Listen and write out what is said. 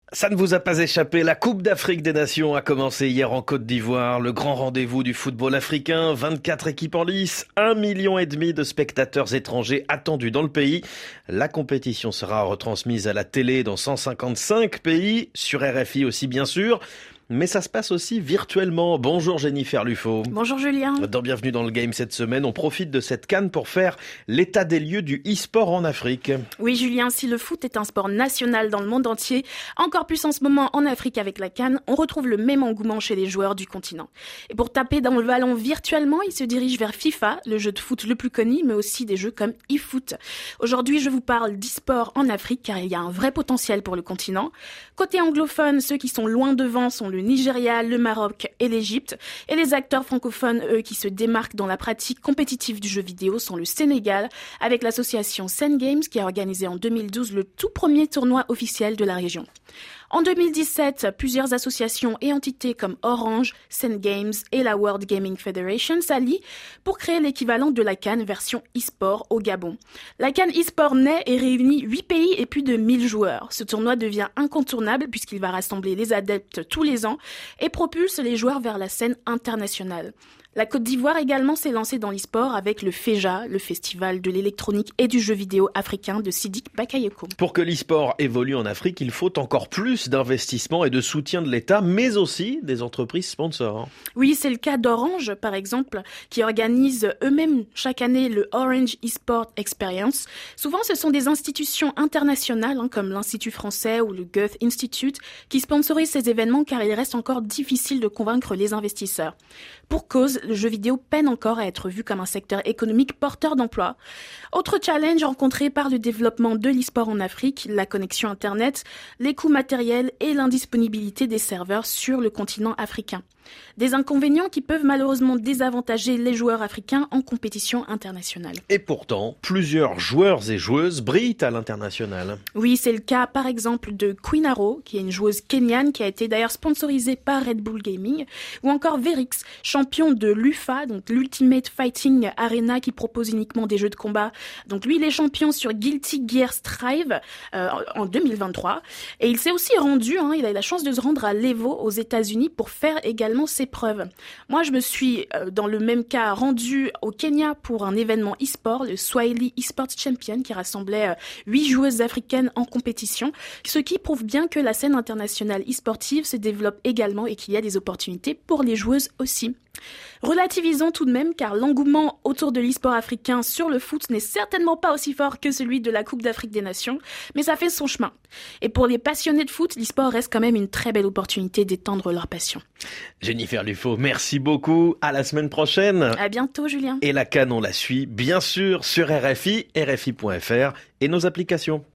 Ça ne vous a pas échappé, la Coupe d'Afrique des Nations a commencé hier en Côte d'Ivoire. Le grand rendez-vous du football africain, 24 équipes en lice, 1,5 million de spectateurs étrangers attendus dans le pays. La compétition sera retransmise à la télé dans 155 pays, sur RFI aussi bien sûr. Mais ça se passe aussi virtuellement. Bonjour Jennifer Lufo. Bonjour Julien. Bienvenue dans le game cette semaine. On profite de cette CAN pour faire l'état des lieux du e-sport en Afrique. Oui Julien, si le foot est un sport national dans le monde entier, encore plus en ce moment en Afrique avec la CAN, on retrouve le même engouement chez les joueurs du continent. Et pour taper dans le ballon virtuellement, ils se dirigent vers FIFA, le jeu de foot le plus connu, mais aussi des jeux comme eFoot. Aujourd'hui, je vous parle d'e-sport en Afrique car il y a un vrai potentiel pour le continent. Côté anglophone, ceux qui sont loin devant sont le Nigeria, le Maroc et l'Égypte. Et les acteurs francophones, eux, qui se démarquent dans la pratique compétitive du jeu vidéo sont le Sénégal, avec l'association Sen Games qui a organisé en 2012 le tout premier tournoi officiel de la région. En 2017, plusieurs associations et entités comme Orange, Sen Games et la World Gaming Federation s'allient pour créer l'équivalent de la CAN version e-sport au Gabon. La CAN e-sport naît et réunit 8 pays et plus de 1000 joueurs. Ce tournoi devient incontournable puisqu'il va rassembler les adeptes tous les ans et propulse les joueurs vers la scène internationale. La Côte d'Ivoire également s'est lancée dans l'e-sport avec le FEJA, le festival de l'électronique et du jeu vidéo africain de Sidiki Bakayoko. Pour que l'e-sport évolue en Afrique, il faut encore plus d'investissement et de soutien de l'État, mais aussi des entreprises sponsors. Oui, c'est le cas d'Orange, par exemple, qui organise eux-mêmes chaque année le Orange eSport Experience. Souvent, ce sont des institutions internationales, comme l'Institut français ou le Goethe Institute, qui sponsorisent ces événements car il reste encore difficile de convaincre les investisseurs. Pour cause, le jeu vidéo peine encore à être vu comme un secteur économique porteur d'emplois. Autre challenge rencontré par le développement de l'e-sport en Afrique, la connexion Internet, les coûts matériels et l'indisponibilité des serveurs sur le continent africain. Des inconvénients qui peuvent malheureusement désavantager les joueurs africains en compétition internationale. Et pourtant, plusieurs joueurs et joueuses brillent à l'international. Oui, c'est le cas par exemple de Queen Arrow, qui est une joueuse kenyane qui a été d'ailleurs sponsorisée par Red Bull Gaming, ou encore Verix, champion de l'UFA, donc l'Ultimate Fighting Arena qui propose uniquement des jeux de combat. Donc lui, il est champion sur Guilty Gear Strive en 2023. Et il s'est aussi rendu, il a eu la chance de se rendre à l'Evo aux États-Unis pour faire également ses preuves. Moi, je me suis, dans le même cas, rendue au Kenya pour un événement e-sport, le Swahili eSports Champion, qui rassemblait 8 joueuses africaines en compétition, ce qui prouve bien que la scène internationale e-sportive se développe également et qu'il y a des opportunités pour les joueuses aussi. Relativisons tout de même car l'engouement autour de l'e-sport africain sur le foot n'est certainement pas aussi fort que celui de la Coupe d'Afrique des Nations, mais ça fait son chemin. Et pour les passionnés de foot, l'e-sport reste quand même une très belle opportunité d'étendre leur passion. Jennifer Lufo, merci beaucoup. À la semaine prochaine. À bientôt, Julien. Et la CAN, on la suit bien sûr sur RFI, RFI.fr et nos applications.